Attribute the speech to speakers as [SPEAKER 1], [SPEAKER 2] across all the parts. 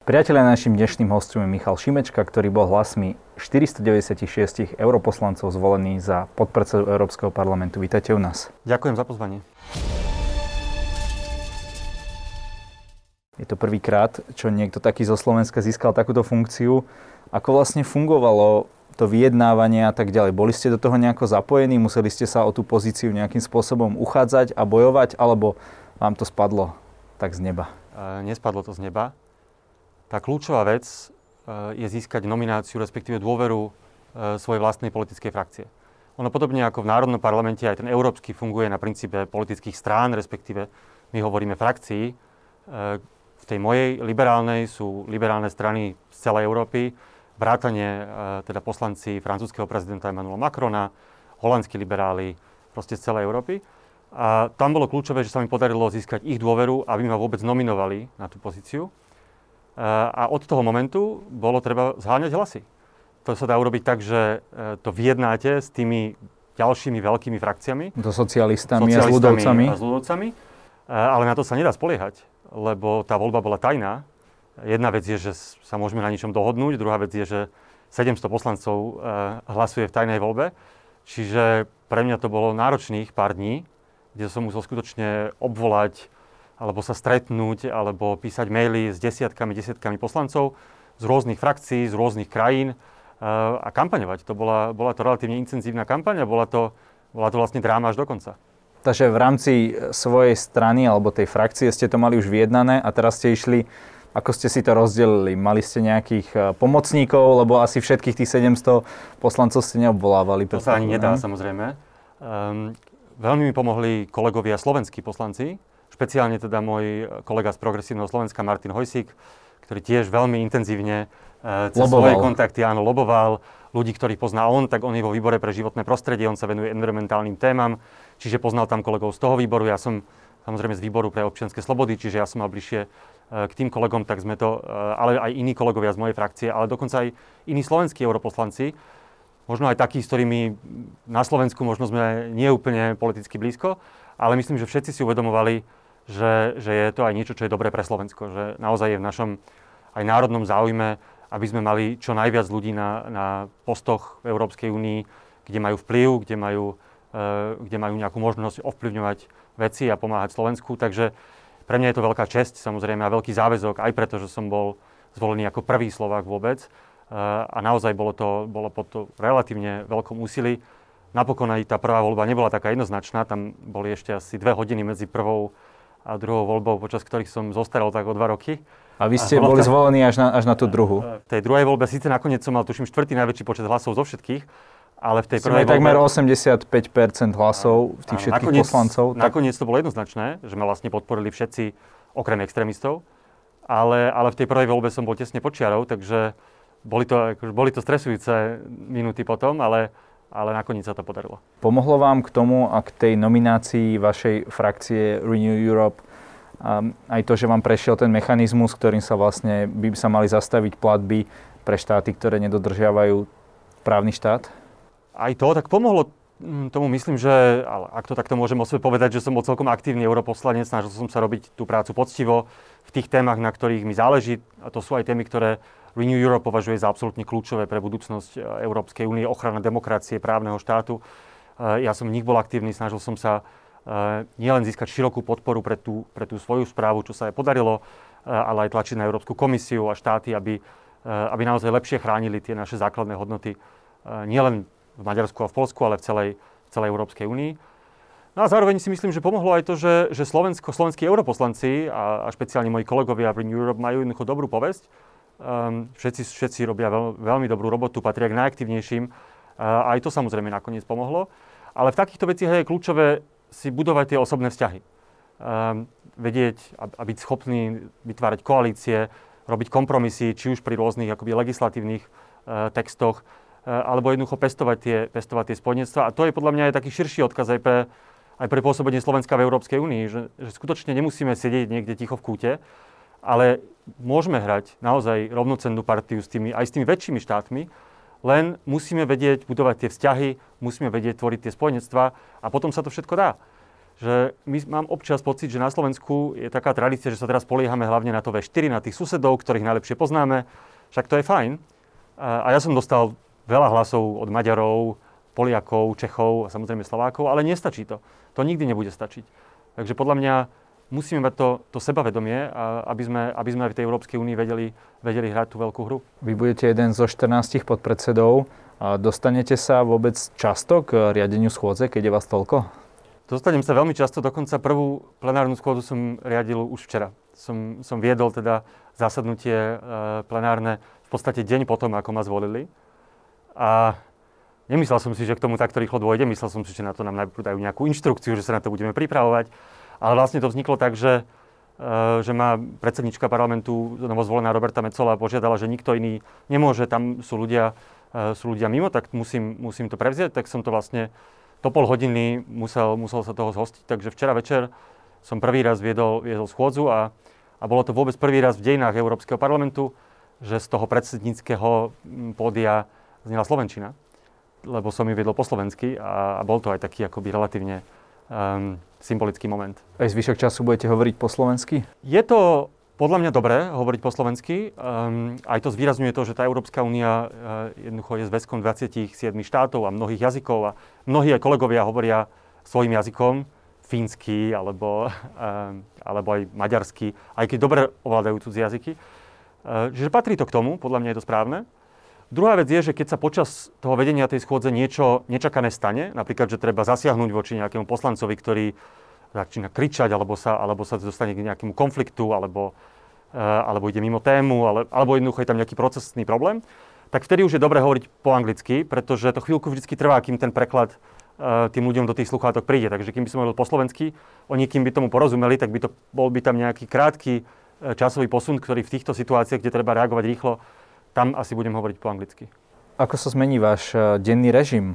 [SPEAKER 1] Priatelia, našim dnešným hostom je Michal Šimečka, ktorý bol hlasmi 496 europoslancov zvolený za podpredsedu Európskeho parlamentu. Vítajte u nás.
[SPEAKER 2] Ďakujem za pozvanie.
[SPEAKER 1] Je to prvýkrát, čo niekto taký zo Slovenska získal takúto funkciu. Ako vlastne fungovalo to vyjednávanie a tak ďalej? Boli ste do toho nejako zapojení? Museli ste sa o tú pozíciu nejakým spôsobom uchádzať a bojovať? Alebo vám to spadlo tak z neba?
[SPEAKER 2] Nespadlo to z neba. Tá kľúčová vec je získať nomináciu, respektíve dôveru svojej vlastnej politickej frakcie. Ono podobne ako v Národnom parlamente, aj ten európsky funguje na princípe politických strán, respektíve my hovoríme frakcii. V tej mojej liberálnej sú liberálne strany z celej Európy, vrátane teda poslanci francúzskeho prezidenta Emmanuela Macrona, holandskí liberáli, proste z celej Európy. A tam bolo kľúčové, že sa mi podarilo získať ich dôveru, aby ma vôbec nominovali na tú pozíciu. A od toho momentu bolo treba zháňať hlasy. To sa dá urobiť tak, že to vyjednáte s tými ďalšími veľkými frakciami.
[SPEAKER 1] So socialistami a s ľudovcami.
[SPEAKER 2] Ale na to sa nedá spoliehať, lebo tá voľba bola tajná. Jedna vec je, že sa môžeme na ničom dohodnúť, druhá vec je, že 700 poslancov hlasuje v tajnej voľbe. Čiže pre mňa to bolo náročných pár dní, kde som musel skutočne obvolať alebo sa stretnúť, alebo písať maily s desiatkami poslancov z rôznych frakcií, z rôznych krajín a kampaňovať. Bola to relatívne intenzívna kampaň a bola to vlastne dráma až do konca.
[SPEAKER 1] Takže v rámci svojej strany alebo tej frakcie ste to mali už vyjednané a teraz ste išli, ako ste si to rozdelili? Mali ste nejakých pomocníkov, lebo asi všetkých tých 700 poslancov ste neobvolávali.
[SPEAKER 2] To sa ani nedá, samozrejme. Veľmi mi pomohli kolegovia slovenskí poslanci, špeciálne teda môj kolega z Progresívneho Slovenska Martin Hojsík, ktorý tiež veľmi intenzívne cez svoje kontakty loboval ľudí, ktorých pozná on, tak on je vo výbore pre životné prostredie, on sa venuje environmentálnym témam, čiže poznal tam kolegov z toho výboru, ja som samozrejme z výboru pre občianske slobody, čiže ja som mal bližšie k tým kolegom, tak sme to, ale aj iní kolegovia z mojej frakcie, ale dokonca aj iní slovenskí europoslanci, možno aj takí, s ktorými na Slovensku možno sme nie úplne politicky blízko, ale myslím, že všetci si uvedomovali, že je to aj niečo, čo je dobré pre Slovensko, že naozaj je v našom aj národnom záujme, aby sme mali čo najviac ľudí na postoch v Európskej únii, kde majú vplyv, kde majú nejakú možnosť ovplyvňovať veci a pomáhať Slovensku. Takže pre mňa je to veľká česť, samozrejme, a veľký záväzok, aj preto, že som bol zvolený ako prvý Slovák vôbec. A naozaj bolo pod to relatívne veľkom úsilí. Napokon aj tá prvá voľba nebola taká jednoznačná, tam boli ešte asi 2 hodiny medzi prvou a druhou voľbou, počas ktorých som zostaral tak o 2 roky.
[SPEAKER 1] A vy ste boli zvolení až na tú druhú?
[SPEAKER 2] V tej druhej voľbe síce nakoniec som mal, tuším, 4. najväčší počet hlasov zo všetkých, ale v tej prvej voľbe...
[SPEAKER 1] takmer 85% hlasov tých všetkých poslancov.
[SPEAKER 2] Nakoniec to bolo jednoznačné, že ma vlastne podporili všetci, okrem extrémistov, ale v tej prvej voľbe som bol tesne pod čiarou, takže boli to stresujúce minúty potom, ale nakoniec sa to podarilo.
[SPEAKER 1] Pomohlo vám k tomu a k tej nominácii vašej frakcie Renew Europe aj to, že vám prešiel ten mechanizmus, ktorým sa vlastne by sa mali zastaviť platby pre štáty, ktoré nedodržiavajú právny štát?
[SPEAKER 2] Aj to tak pomohlo tomu, myslím, že, ale ak to takto môžem o sebe povedať, že som bol celkom aktívny europoslanec, snažil som sa robiť tú prácu poctivo v tých témach, na ktorých mi záleží, a to sú aj témy, ktoré Renew Europe považuje za absolútne kľúčové pre budúcnosť Európskej únie, ochrana demokracie, právneho štátu. Ja som v nich bol aktívny, snažil som sa nielen získať širokú podporu pre tú svoju správu, čo sa aj podarilo, ale aj tlačiť na Európsku komisiu a štáty, aby naozaj lepšie chránili tie naše základné hodnoty nielen v Maďarsku a v Poľsku, ale v celej Európskej únii. No a zároveň si myslím, že pomohlo aj to, že slovenskí europoslanci a špeciálne moji kolegovia v Renew Europe majú jednoducho dobrú povesť. Všetci robia veľmi dobrú robotu, patria k najaktívnejším. A aj to samozrejme nakoniec pomohlo. Ale v takýchto veciach je kľúčové si budovať tie osobné vzťahy. Vedieť a byť schopný vytvárať koalície, robiť kompromisy, či už pri rôznych akoby legislatívnych textoch, alebo jednoducho pestovať tie spojenectvá. A to je podľa mňa aj taký širší odkaz aj pre pôsobenie Slovenska v Európskej únii, že skutočne nemusíme sedieť niekde ticho v kúte, ale môžeme hrať naozaj rovnocennú partiu aj s tými väčšími štátmi, len musíme vedieť budovať tie vzťahy, musíme vedieť tvoriť tie spojenectvá a potom sa to všetko dá. že mám občas pocit, že na Slovensku je taká tradícia, že sa teraz spoliehame hlavne na to V4, na tých susedov, ktorých najlepšie poznáme. Však to je fajn. A ja som dostal veľa hlasov od Maďarov, Poliakov, Čechov a samozrejme Slovákov, ale nestačí to. To nikdy nebude stačiť. Takže podľa mňa musíme mať to sebavedomie, aby sme v tej Európskej únii vedeli hrať tú veľkú hru.
[SPEAKER 1] Vy budete jeden zo 14 podpredsedov. Dostanete sa vôbec často k riadeniu schôdze, keď je vás toľko?
[SPEAKER 2] Dostanem sa veľmi často, dokonca prvú plenárnu schôdzu som riadil už včera. Som viedol teda zasadnutie plenárne v podstate deň potom, ako ma zvolili. A nemyslel som si, že k tomu takto rýchlo dôjde. Myslel som si, že na to nám najprv dajú nejakú inštrukciu, že sa na to budeme pripravovať. Ale vlastne to vzniklo tak, že ma predsednička parlamentu, novozvolená Roberta Metsola, požiadala, že nikto iný nemôže, tam sú ľudia mimo, tak musím to prevziať. Tak som to vlastne to pol hodiny musel sa toho zhostiť. Takže včera večer som prvý raz viedol schôdzu a bolo to vôbec prvý raz v dejinách Európskeho parlamentu, že z toho predsedníckeho pódia znela slovenčina, lebo som ju viedol po slovensky a bol to aj taký akoby relatívne symbolický moment.
[SPEAKER 1] Aj zvyšok času budete hovoriť po slovensky?
[SPEAKER 2] Je to podľa mňa dobré hovoriť po slovensky. Aj to zvýrazňuje to, že tá Európska únia jednoducho je zväzkom 27 štátov a mnohých jazykov a mnohí aj kolegovia hovoria svojím jazykom, fínsky alebo aj maďarsky, aj keď dobre ovládajú cudzie jazyky. Čiže patrí to k tomu, podľa mňa je to správne. Druhá vec je, že keď sa počas toho vedenia tej schôdze niečo nečakané stane, napríklad, že treba zasiahnuť voči nejakému poslancovi, ktorý začína kričať, alebo sa dostane k nejakému konfliktu, alebo ide mimo tému, alebo jednoducho je tam nejaký procesný problém, tak vtedy už je dobre hovoriť po anglicky, pretože to chvíľku vždy trvá, kým ten preklad tým ľuďom do tých sluchátok príde. Takže kým by som hovoril po slovensky, oni kým by tomu porozumeli, tak bol by tam nejaký krátky časový posun, ktorý v týchto situáciách, kde treba reagovať rýchlo, tam asi budem hovoriť po anglicky. Ako
[SPEAKER 1] sa zmení váš denný režim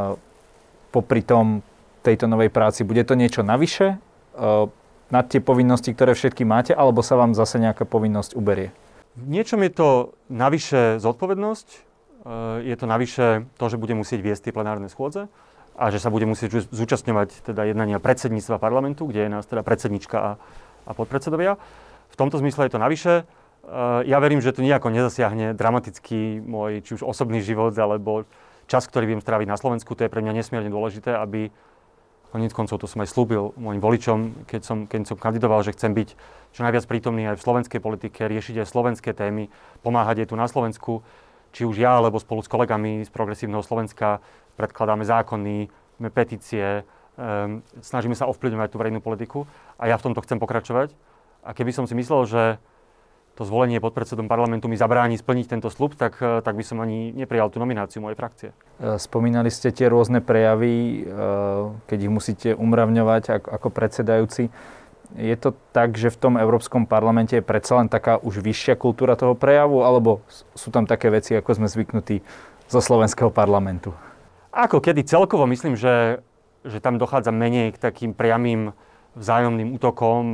[SPEAKER 1] popri tejto novej práci? Bude to niečo navyše nad tie povinnosti, ktoré všetky máte, alebo sa vám zase nejaká povinnosť uberie?
[SPEAKER 2] V niečom je to navyše zodpovednosť, je to navyše to, že budem musieť viesť tie plenárne schôdze a že sa budem musieť zúčastňovať teda jednania predsedníctva parlamentu, kde je nás teda predsednička a podpredsedovia. V tomto zmysle je to navyše. Ja verím, že to nejako nezasiahne dramaticky môj či už osobný život alebo čas, ktorý viem stráviť na Slovensku. To je pre mňa nesmierne dôležité, aby koniec koncov to som aj slúbil mojim voličom, keď som kandidoval, že chcem byť čo najviac prítomný aj v slovenskej politike, riešiť aj slovenské témy, pomáhať aj tu na Slovensku. Či už ja, alebo spolu s kolegami z Progresívneho Slovenska predkladáme zákony, petície, snažíme sa ovplyvňovať tú verejnú politiku a ja v tomto chcem pokračovať. A keby som si myslel, že to zvolenie podpredsedom parlamentu mi zabráni splniť tento sľub, tak by som ani neprijal tú nomináciu mojej frakcie.
[SPEAKER 1] Spomínali ste tie rôzne prejavy, keď ich musíte umravňovať ako predsedajúci. Je to tak, že v tom Európskom parlamente je predsa len taká už vyššia kultúra toho prejavu, alebo sú tam také veci, ako sme zvyknutí zo slovenského parlamentu?
[SPEAKER 2] Ako kedy celkovo myslím, že tam dochádza menej k takým priamým vzájomným útokom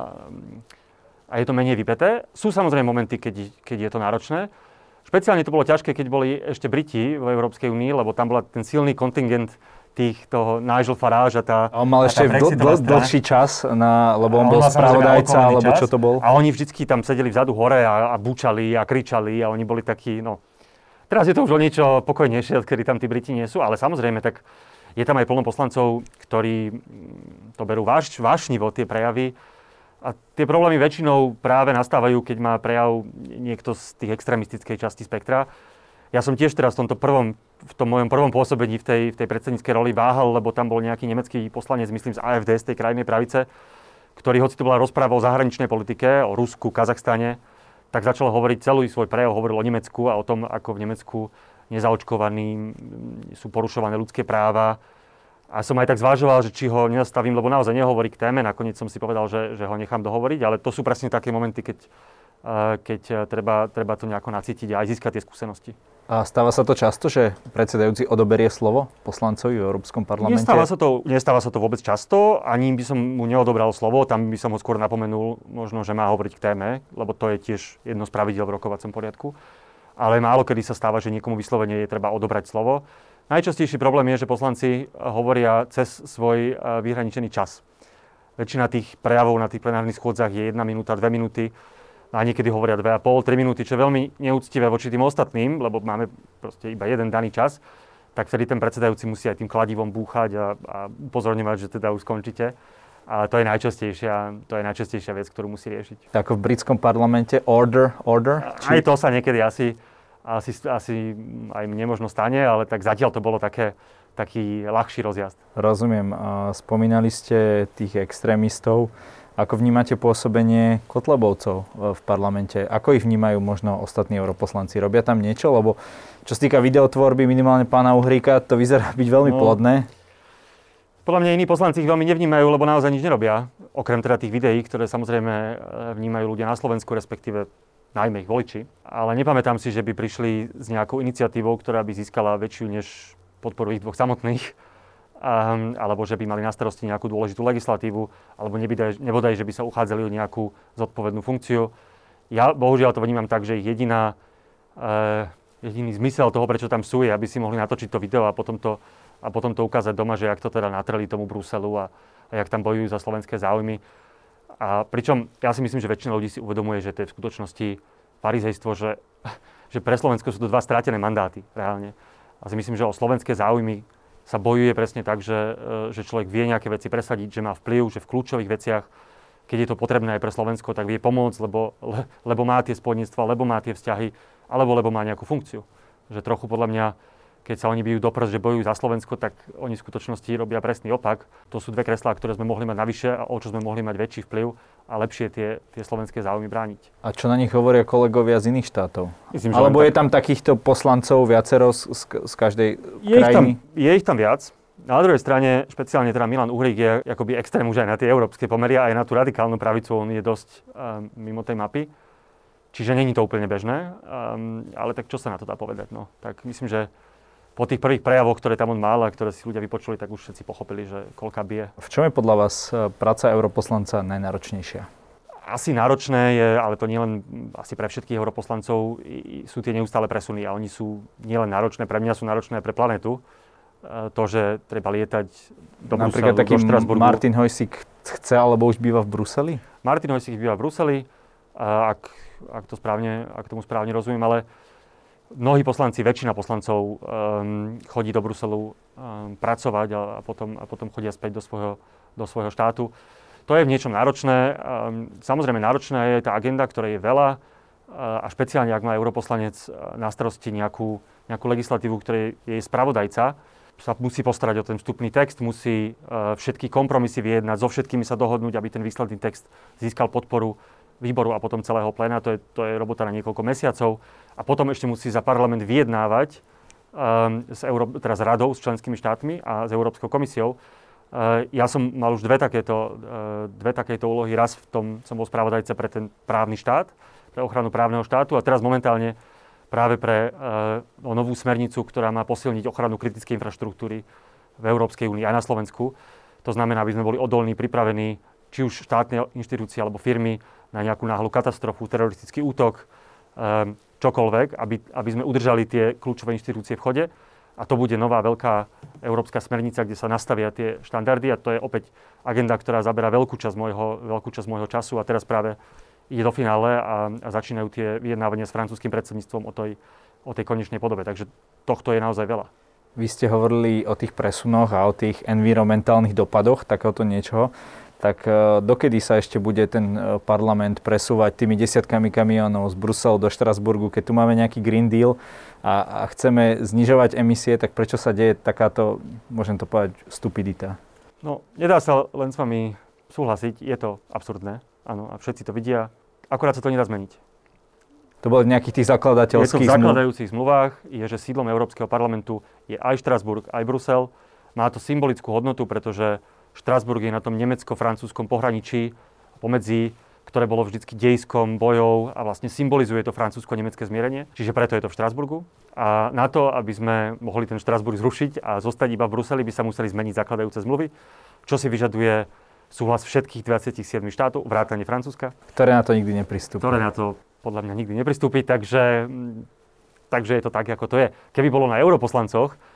[SPEAKER 2] a je to menej vypäté. Sú samozrejme momenty, keď je to náročné. Špeciálne to bolo ťažké, keď boli ešte Briti v Európskej únii, lebo tam bola ten silný kontingent toho Nigel Farage a tá...
[SPEAKER 1] A on mal ešte dlhší čas, lebo on bol spravodajca, alebo čo to bol?
[SPEAKER 2] A oni vždycky tam sedeli vzadu hore a búčali a kričali a oni boli takí, Teraz je to už o niečo pokojnejšie, odkedy tam tí Briti nie sú, ale samozrejme, tak je tam aj plno poslancov, ktorí to berú vášnivo, tie prejavy. A tie problémy väčšinou práve nastávajú, keď má prejav niekto z tých extrémistickej časti spektra. Ja som tiež teraz v tom mojom prvom pôsobení v tej predsedníckej roli váhal, lebo tam bol nejaký nemecký poslanec, myslím z AfD, z tej krajnej pravice, ktorý, hoci to bola rozpráva o zahraničnej politike, o Rusku, Kazachstane, tak začal hovoriť celý svoj prejav, hovoril o Nemecku a o tom, ako v Nemecku nezaočkovaní sú porušované ľudské práva. A som aj tak zvážoval, že či ho nezastavím, lebo naozaj nehovorí k téme. Nakoniec som si povedal, že ho nechám dohovoriť, ale to sú presne také momenty, keď treba to nejako nacítiť a aj získať tie skúsenosti.
[SPEAKER 1] A stáva sa to často, že predsedajúci odoberie slovo poslancovi v Európskom parlamente?
[SPEAKER 2] Nestáva sa to vôbec často, ani by som mu neodobral slovo, tam by som ho skôr napomenul, možno, že má hovoriť k téme, lebo to je tiež jedno z pravidiel v rokovacom poriadku. Ale málo kedy sa stáva, že niekomu vyslovene je treba odobrať slovo. Najčastejší problém je, že poslanci hovoria cez svoj vyhraničený čas. väčšina tých prejavov na tých plenárnych schôdzach je 1 minúta, 2 minúty. A niekedy hovoria 2,5, 3 minúty, čo je veľmi neúctivé voči tým ostatným, lebo máme proste iba jeden daný čas. Tak vtedy ten predsedajúci musí aj tým kladivom búchať a upozorňovať, že teda už skončíte. Ale to je najčastejšia vec, ktorú musí riešiť.
[SPEAKER 1] Tak v britskom parlamente order?
[SPEAKER 2] Aj to sa niekedy asi aj nemožno stane, ale tak zatiaľ to bolo taký ľahší rozjazd.
[SPEAKER 1] Rozumiem. Spomínali ste tých extrémistov. Ako vnímate pôsobenie Kotlebovcov v parlamente? Ako ich vnímajú možno ostatní europoslanci? Robia tam niečo? Lebo čo sa týka videotvorby minimálne pána Uhríka, to vyzerá byť veľmi plodné.
[SPEAKER 2] Podľa mňa iní poslanci ich veľmi nevnímajú, lebo naozaj nič nerobia. Okrem teda tých videí, ktoré samozrejme vnímajú ľudia na Slovensku, respektíve najmä ich voliči. Ale nepamätám si, že by prišli s nejakou iniciatívou, ktorá by získala väčšiu než podporu ich dvoch samotných. Alebo že by mali na starosti nejakú dôležitú legislatívu, alebo nebodaj, že by sa uchádzali o nejakú zodpovednú funkciu. Ja bohužiaľ to vnímam tak, že ich jediný zmysel toho, prečo tam sú, je, aby si mohli natočiť to video a potom to ukázať doma, že jak to teda natreli tomu Bruselu a jak tam bojujú za slovenské záujmy. A pričom ja si myslím, že väčšina ľudí si uvedomuje, že to je v skutočnosti farizejstvo, že pre Slovensko sú to 2 strátené mandáty reálne. A si myslím, že o slovenské záujmy sa bojuje presne tak, že človek vie nejaké veci presadiť, že má vplyv, že v kľúčových veciach, keď je to potrebné aj pre Slovensko, tak vie pomôcť, lebo má tie spojenectvá, lebo má tie vzťahy, alebo lebo má nejakú funkciu. Že trochu podľa mňa, keď sa oni bijú do prst, že bojujú za Slovensko, tak oni v skutočnosti robia presný opak. To sú 2 kreslá, ktoré sme mohli mať navyše a o čo sme mohli mať väčší vplyv a lepšie tie slovenské záujmy brániť.
[SPEAKER 1] A čo na nich hovoria kolegovia z iných štátov?
[SPEAKER 2] Myslím,
[SPEAKER 1] alebo je tam takýchto poslancov viacero z každej krajiny?
[SPEAKER 2] Je ich tam viac. Na druhej strane, špeciálne teda Milan Uhrík je akoby extrém už aj na tie európske pomery a aj na tú radikálnu pravicu, on je dosť mimo tej mapy. Čiže není to úplne bežné, ale tak čo sa na to dá povedať? No, tak myslím, že po tých prvých prejavoch, ktoré tam on mal a ktoré si ľudia vypočuli, tak už všetci pochopili, že koľka bije.
[SPEAKER 1] V čom je podľa vás práca europoslanca najnáročnejšia?
[SPEAKER 2] Asi náročné je, ale to nielen asi pre všetkých europoslancov, sú tie neustále presuny a oni sú nielen náročné, pre mňa sú náročné aj pre planetu. To, že treba lietať do Bruselu,
[SPEAKER 1] napríklad taký
[SPEAKER 2] do Štrasburgu.
[SPEAKER 1] Martin Hojsík chce alebo už býva v Bruseli?
[SPEAKER 2] Martin Hojsík býva v Bruseli, ak tomu správne rozumiem, ale mnohí poslanci, väčšina poslancov chodí do Bruselu pracovať a potom chodia späť do svojho štátu. To je v niečom náročné. Samozrejme náročná je tá agenda, ktorej je veľa a špeciálne, ak má europoslanec na starosti nejakú legislatívu, ktorej je spravodajca, sa musí postarať o ten vstupný text, musí všetky kompromisy vyjednať, so všetkými sa dohodnúť, aby ten výsledný text získal podporu výboru a potom celého pléna. To je robota na niekoľko mesiacov. A potom ešte musí za parlament vyjednávať s radou, s členskými štátmi a s Európskou komisiou. Ja som mal už dve takéto úlohy. Raz som bol spravodajca pre ten právny štát, pre ochranu právneho štátu a teraz momentálne práve pre novú smernicu, ktorá má posilniť ochranu kritickej infraštruktúry v Európskej únii aj na Slovensku. To znamená, aby sme boli odolní, pripravení, či už štátne inštitúcie alebo firmy na nejakú náhlu katastrofu, teroristický útok, čokoľvek, aby sme udržali tie kľúčové inštitúcie v chode. A to bude nová veľká európska smernica, kde sa nastavia tie štandardy a to je opäť agenda, ktorá zaberá veľkú časť môjho času a teraz práve ide do finále a začínajú tie vyjednávania s francúzskym predsedníctvom o tej konečnej podobe. Takže tohto je naozaj veľa.
[SPEAKER 1] Vy ste hovorili o tých presunoch a o tých environmentálnych dopadoch takéhoto niečoho. Tak dokedy sa ešte bude ten parlament presúvať tými desiatkami kamionov z Bruselu do Štrasburgu, keď tu máme nejaký Green Deal a chceme znižovať emisie, tak prečo sa deje takáto, môžem to povedať, stupidita?
[SPEAKER 2] No, nedá sa len s vami súhlasiť, je to absurdné, áno, a všetci to vidia, akorát sa to nedá zmeniť.
[SPEAKER 1] To bolo v nejakých tých zakladateľských
[SPEAKER 2] zmluvách. V zakladajúcich zmluvách je, že sídlom Európskeho parlamentu je aj Štrasburg, aj Brusel. Má to symbolickú hodnotu, pretože Štrasburg je na tom nemecko-francúzskom pohraničí pomedzi, ktoré bolo vždycky dejiskom bojov a vlastne symbolizuje to francúzsko-nemecké zmierenie. Čiže preto je to v Štrasburgu. A na to, aby sme mohli ten Štrasburg zrušiť a zostať iba v Bruseli, by sa museli zmeniť zakladajúce zmluvy, čo si vyžaduje súhlas všetkých 27 štátov, vrátane Francúzska.
[SPEAKER 1] Ktoré na to nikdy nepristúpi.
[SPEAKER 2] Ktoré na to podľa mňa nikdy nepristúpi, takže je to tak, ako to je. Keby bolo na europoslancoch,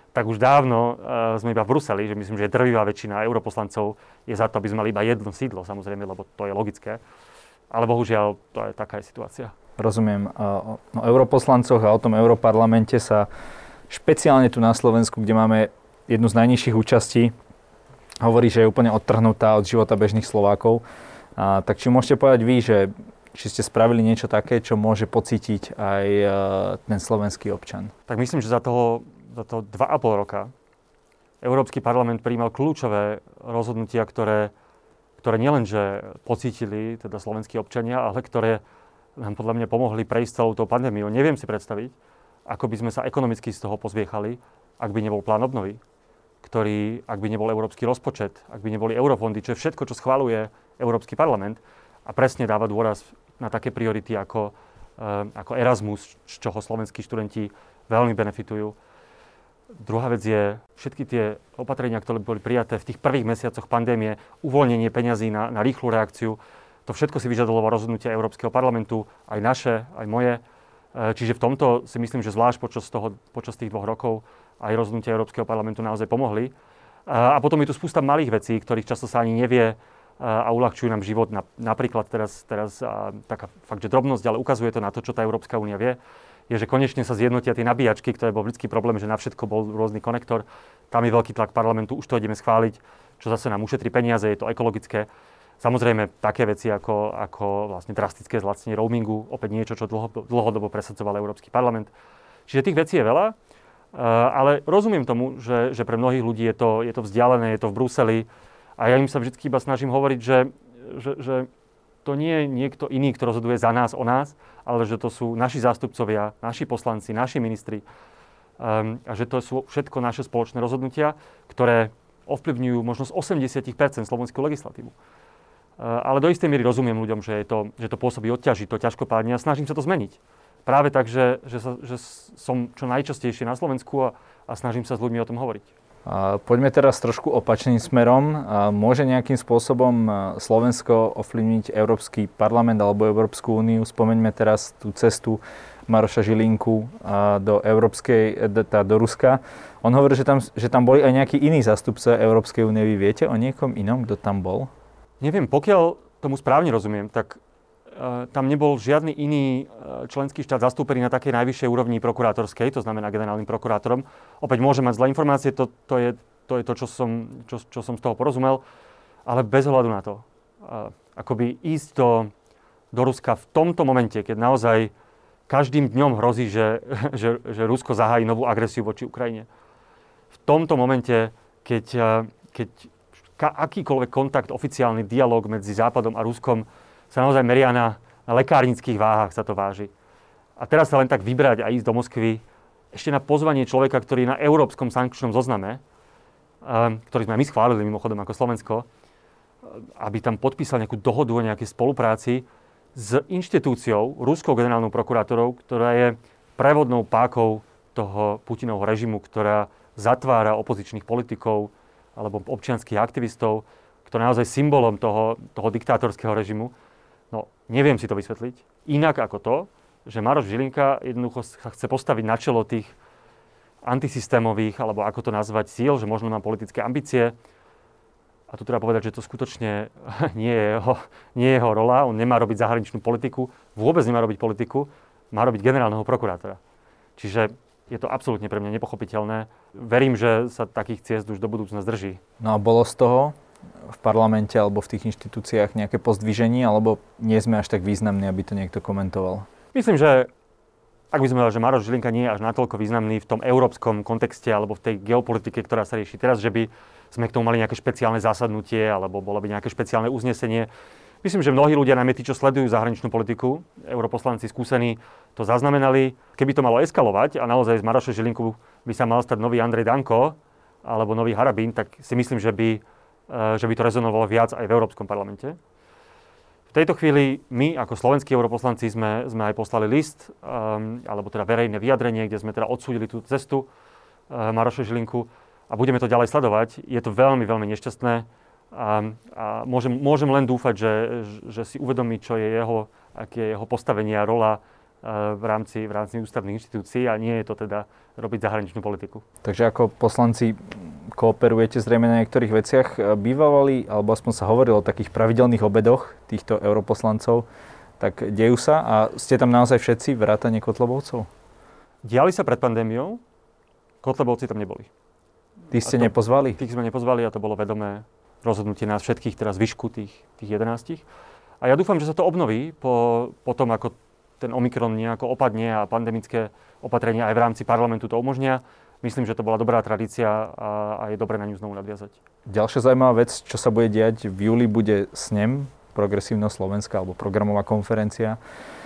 [SPEAKER 2] tak už dávno sme iba v Bruseli, že myslím, že drvivá väčšina europoslancov je za to, aby sme mali iba jedno sídlo, samozrejme, lebo to je logické. Ale bohužiaľ, to je taká situácia.
[SPEAKER 1] Rozumiem. O europoslancoch a o tom europarlamente sa špeciálne tu na Slovensku, kde máme jednu z najnižších účastí, hovorí, že je úplne odtrhnutá od života bežných Slovákov. Tak či môžete povedať vy, že či ste spravili niečo také, čo môže pocítiť aj ten slovenský občan?
[SPEAKER 2] Tak myslím, že za to 2,5 roka Európsky parlament prijímal kľúčové rozhodnutia, ktoré nielenže pocítili teda slovenskí občania, ale ktoré nám podľa mňa pomohli prejsť celou tou pandémiou. Neviem si predstaviť, ako by sme sa ekonomicky z toho pozviechali, ak by nebol plán obnovy, ak by nebol európsky rozpočet, ak by neboli eurofondy, čo je všetko, čo schvaľuje Európsky parlament a presne dáva dôraz na také priority ako Erasmus, z čoho slovenskí študenti veľmi benefitujú. Druhá vec je všetky tie opatrenia, ktoré boli prijaté v tých prvých mesiacoch pandémie, uvoľnenie peňazí na rýchlu reakciu. To všetko si vyžadovalo rozhodnutia Európskeho parlamentu, aj naše, aj moje. Čiže v tomto si myslím, že zvlášť počas tých 2 rokov aj rozhodnutia Európskeho parlamentu naozaj pomohli. A potom je tu spústa malých vecí, ktorých často sa ani nevie a uľahčujú nám život. Napríklad teraz taká fakt, že drobnosť, ale ukazuje to na to, čo tá Európska únia vie, je, že konečne sa zjednotia tie nabíjačky, ktoré bol vždycky problém, že na všetko bol rôzny konektor. Tam je veľký tlak parlamentu, už to ideme schváliť, čo zase nám ušetrí peniaze, je to ekologické. Samozrejme, také veci ako vlastne drastické zlacnenie roamingu, opäť niečo, čo dlhodobo presadzoval Európsky parlament. Čiže tých vecí je veľa, ale rozumiem tomu, že pre mnohých ľudí je to vzdialené, je to v Bruseli a ja im sa vždy iba snažím hovoriť, že to nie je niekto iný, kto rozhoduje za nás, o nás, ale že to sú naši zástupcovia, naši poslanci, naši ministri a že to sú všetko naše spoločné rozhodnutia, ktoré ovplyvňujú možno z 80% slovenskú legislatívu. Ale do istej miery rozumiem ľuďom, že to pôsobí odťaží, to ťažkopádne a snažím sa to zmeniť. Práve tak, že som čo najčastejšie na Slovensku a snažím sa s ľuďmi o tom hovoriť.
[SPEAKER 1] Poďme teraz trošku opačným smerom. Môže nejakým spôsobom Slovensko ovplyvniť Európsky parlament alebo Európsku úniu? Spomeňme teraz tú cestu Maroša Žilinku do Ruska. On hovorí, že tam boli aj nejakí iní zástupcovia Európskej únie. Vy viete o niekom inom, kto tam bol?
[SPEAKER 2] Neviem, pokiaľ tomu správne rozumiem, tak tam nebol žiadny iný členský štát zastúpený na takej najvyššej úrovni prokurátorskej, to znamená generálnym prokurátorom. Opäť môžem mať zlé informácie, to je to, čo som z toho porozumel, ale bez ohľadu na to. Akoby ísť do Ruska v tomto momente, keď naozaj každým dňom hrozí, že Rusko zahájí novú agresiu voči Ukrajine. V tomto momente, keď akýkoľvek kontakt, oficiálny dialog medzi Západom a Ruskom sa naozaj meria na lekárnických váhach, sa to váži. A teraz sa len tak vybrať a ísť do Moskvy, ešte na pozvanie človeka, ktorý je na európskom sankčnom zozname, ktorý sme aj my schválili mimochodom ako Slovensko, aby tam podpísal nejakú dohodu o nejakej spolupráci s inštitúciou, Ruskou generálnou prokurátorou, ktorá je prevodnou pákou toho Putinovho režimu, ktorá zatvára opozičných politikov alebo občianskych aktivistov, ktorá je naozaj symbolom toho diktátorského režimu. No, neviem si to vysvetliť. Inak ako to, že Maroš Žilinka jednoducho sa chce postaviť na čelo tých antisystémových, alebo ako to nazvať, síl, že možno má politické ambície. A tu treba povedať, že to skutočne nie je jeho rola. On nemá robiť zahraničnú politiku, vôbec nemá robiť politiku, má robiť generálneho prokurátora. Čiže je to absolútne pre mňa nepochopiteľné. Verím, že sa takých ciest už do budúcna zdrží. No a
[SPEAKER 1] bolo z toho v parlamente alebo v tých inštitúciách nejaké pozdviženie, alebo nie sme až tak významní, aby to niekto komentoval?
[SPEAKER 2] Myslím, že ak by sme povedali, že Maroš Žilinka nie je až natoľko významný v tom európskom kontexte alebo v tej geopolitike, ktorá sa rieši teraz, že by sme k tomu mali nejaké špeciálne zasadnutie alebo bolo by nejaké špeciálne uznesenie. Myslím, že mnohí ľudia, najmä tí, čo sledujú zahraničnú politiku, europoslanci skúsení, to zaznamenali. Keby to malo eskalovať a naozaj z Maroša Žilinku by sa mal stať nový Andrej Danko alebo nový Harabín, tak si myslím, že by to rezonovalo viac aj v Európskom parlamente. V tejto chvíli my, ako slovenskí europoslanci, sme aj poslali list, alebo teda verejné vyjadrenie, kde sme teda odsúdili tú cestu Maroša Žilinku a budeme to ďalej sledovať. Je to veľmi, veľmi nešťastné a môžem len dúfať, že si uvedomí, aké je jeho postavenie a rola v rámci ústavných inštitúcií a nie je to teda robiť zahraničnú politiku.
[SPEAKER 1] Takže ako poslanci kooperujete zrejme na niektorých veciach. Bývali, alebo aspoň sa hovorilo o takých pravidelných obedoch týchto europoslancov, tak dejú sa a ste tam naozaj všetci vrátane Kotlebovcov?
[SPEAKER 2] Diali sa pred pandémiou, Kotlebovci tam neboli.
[SPEAKER 1] Tí ste nepozvali?
[SPEAKER 2] Tých sme nepozvali a to bolo vedomé rozhodnutie nás všetkých, teraz zvyšku tých 11. A ja dúfam, že sa to obnoví po tom, ako ten Omikron nejako opadne a pandemické opatrenia aj v rámci parlamentu to umožnia. Myslím, že to bola dobrá tradícia a je dobré na ňu znovu nadviazať.
[SPEAKER 1] Ďalšia zaujímavá vec, čo sa bude diať, v júli bude SNEM, Progresívneho Slovenska, alebo programová konferencia,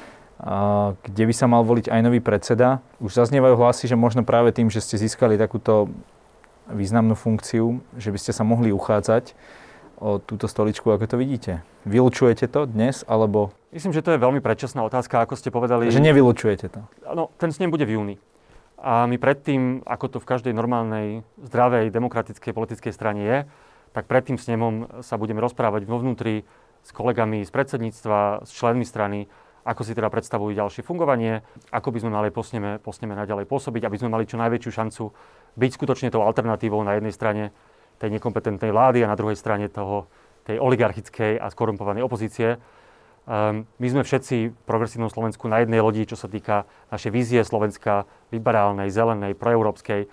[SPEAKER 1] kde by sa mal voliť aj nový predseda. Už zaznievajú hlasy, že možno práve tým, že ste získali takúto významnú funkciu, že by ste sa mohli uchádzať o túto stoličku, ako to vidíte. Vylučujete to dnes, alebo...
[SPEAKER 2] Myslím, že to je veľmi predčasná otázka, ako ste povedali.
[SPEAKER 1] Že nevylučujete to.
[SPEAKER 2] No, ten snem bude v júni. A my predtým, ako to v každej normálnej, zdravej, demokratickej politickej strane je, tak pred tým snemom sa budeme rozprávať vo vnútri s kolegami z predsedníctva, s členmi strany, ako si teda predstavujú ďalšie fungovanie, ako by sme mali po sneme naďalej pôsobiť, aby sme mali čo najväčšiu šancu byť skutočne tou alternatívou na jednej strane tej nekompetentnej vlády a na druhej strane tej oligarchickej a skorumpovanej opozície. My sme všetci v Progresívnom Slovensku na jednej lodi, čo sa týka našej vízie Slovenska, liberálnej, zelenej, proeurópskej.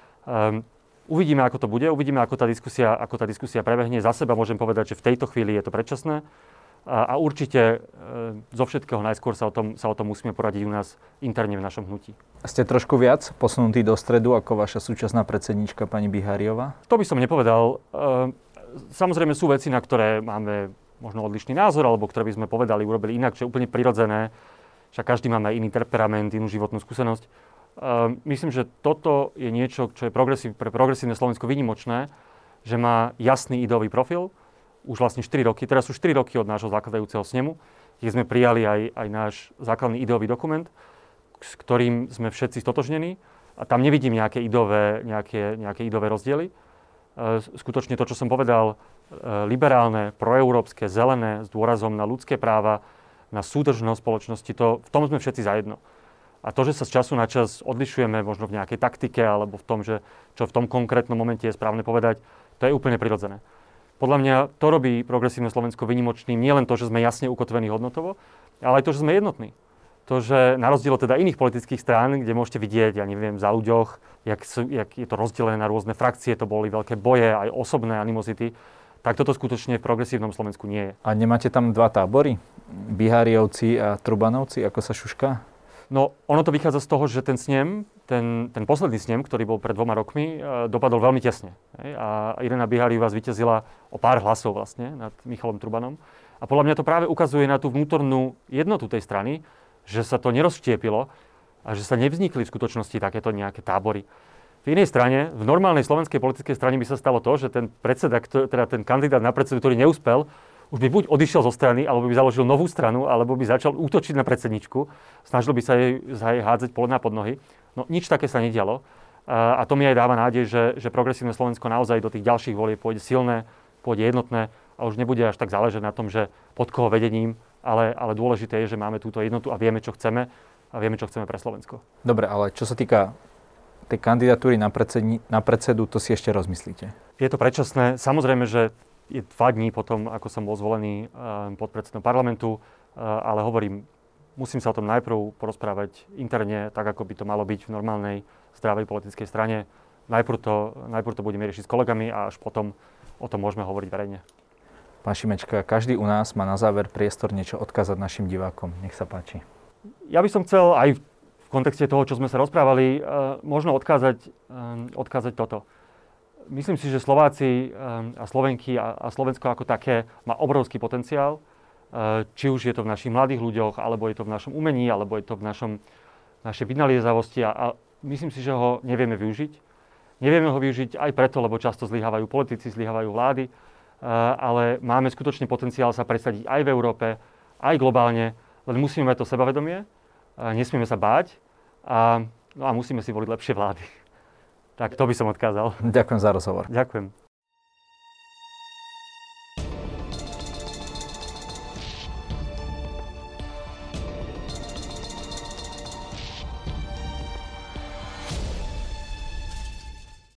[SPEAKER 2] Uvidíme, ako to bude, uvidíme, ako tá diskusia prebehne. Za seba môžem povedať, že v tejto chvíli je to predčasné a určite zo všetkého najskôr sa o tom musíme poradiť u nás interne v našom hnutí.
[SPEAKER 1] Ste trošku viac posunutí do stredu ako vaša súčasná predsedníčka pani Biháriová?
[SPEAKER 2] To by som nepovedal. Samozrejme sú veci, na ktoré máme možno odlišný názor, alebo ktoré by sme povedali, urobili inak, čo je úplne prirodzené. Však každý máme iný temperament, inú životnú skúsenosť. Myslím, že toto je niečo, čo je pre progresívne Slovensko výnimočné, že má jasný ideový profil, už vlastne 4 roky, teraz sú 4 roky od nášho zakladajúceho snemu, kde sme prijali aj náš základný ideový dokument, s ktorým sme všetci stotožnení. A tam nevidím nejaké ideové rozdiely. Skutočne to, čo som povedal, liberálne, proeurópske, zelené, s dôrazom na ľudské práva, na súdržnosť spoločnosti, v tom sme všetci zajedno. A to, že sa z času na čas odlišujeme možno v nejakej taktike alebo v tom, že čo v tom konkrétnom momente je správne povedať, to je úplne prirodzené. Podľa mňa to robí Progresívne Slovensko výnimočným nielen to, že sme jasne ukotvení hodnotovo, ale aj to, že sme jednotní. To, že na rozdiel od teda iných politických strán, kde môžete vidieť, ja neviem, za ľuďoch, jak je to rozdelené na rôzne frakcie, to boli veľké boje, aj osobné animozity, tak toto skutočne v Progresívnom Slovensku nie je. A
[SPEAKER 1] nemáte tam dva tábory? Biháriovci a Trubanovci, ako sa šušká?
[SPEAKER 2] No, ono to vychádza z toho, že ten snem, ten posledný snem, ktorý bol pred 2 rokmi, dopadol veľmi tesne. A Irena Biháriová zvíťazila o pár hlasov vlastne nad Michalom Trubanom. A podľa mňa to práve ukazuje na tú vnútornú jednotu tej strany, že sa to nerozštiepilo a že sa nevznikli v skutočnosti takéto nejaké tábory. V inej strane, v normálnej slovenskej politickej strane by sa stalo to, že ten predseda, teda ten kandidát na predsedu, ktorý neúspel, už by buď odišiel zo strany, alebo by založil novú stranu, alebo by začal útočiť na predsedničku, snažil by sa jej hádzať polena pod nohy. No nič také sa nedialo. A to mi aj dáva nádej, že Progresívne Slovensko naozaj do tých ďalších volieb pôjde silné, pôjde jednotné a už nebude až tak záležať na tom, že pod koho vedením, ale dôležité je, že máme túto jednotu a vieme, čo chceme a vieme, čo chceme pre Slovensko.
[SPEAKER 1] Dobre, ale čo sa týka tej kandidatúry na predsedu, to si ešte rozmyslíte? Je
[SPEAKER 2] to predčasné. Samozrejme, že je 2 dní potom, ako som bol zvolený podpredsedom parlamentu, ale hovorím, musím sa o tom najprv porozprávať interne, tak ako by to malo byť v normálnej, zdravej politickej strane. Najprv to budeme riešiť s kolegami a až potom o tom môžeme hovoriť verejne.
[SPEAKER 1] Pán Šimečka, každý u nás má na záver priestor niečo odkázať našim divákom. Nech sa páči.
[SPEAKER 2] Ja by som chcel aj v kontexte toho, čo sme sa rozprávali, možno odkázať toto. Myslím si, že Slováci a Slovenky a Slovensko ako také má obrovský potenciál. Či už je to v našich mladých ľuďoch, alebo je to v našom umení, alebo je to v našej vynaliezavosti. A myslím si, že ho nevieme využiť. Nevieme ho využiť aj preto, lebo často zlyhávajú politici, zlyhávajú vlády. Ale máme skutočne potenciál sa presadiť aj v Európe, aj globálne. Len musíme mať to sebavedomie, nesmieme sa báť a musíme si voliť lepšie vlády. Tak to by som odkázal.
[SPEAKER 1] Ďakujem za rozhovor.
[SPEAKER 2] Ďakujem.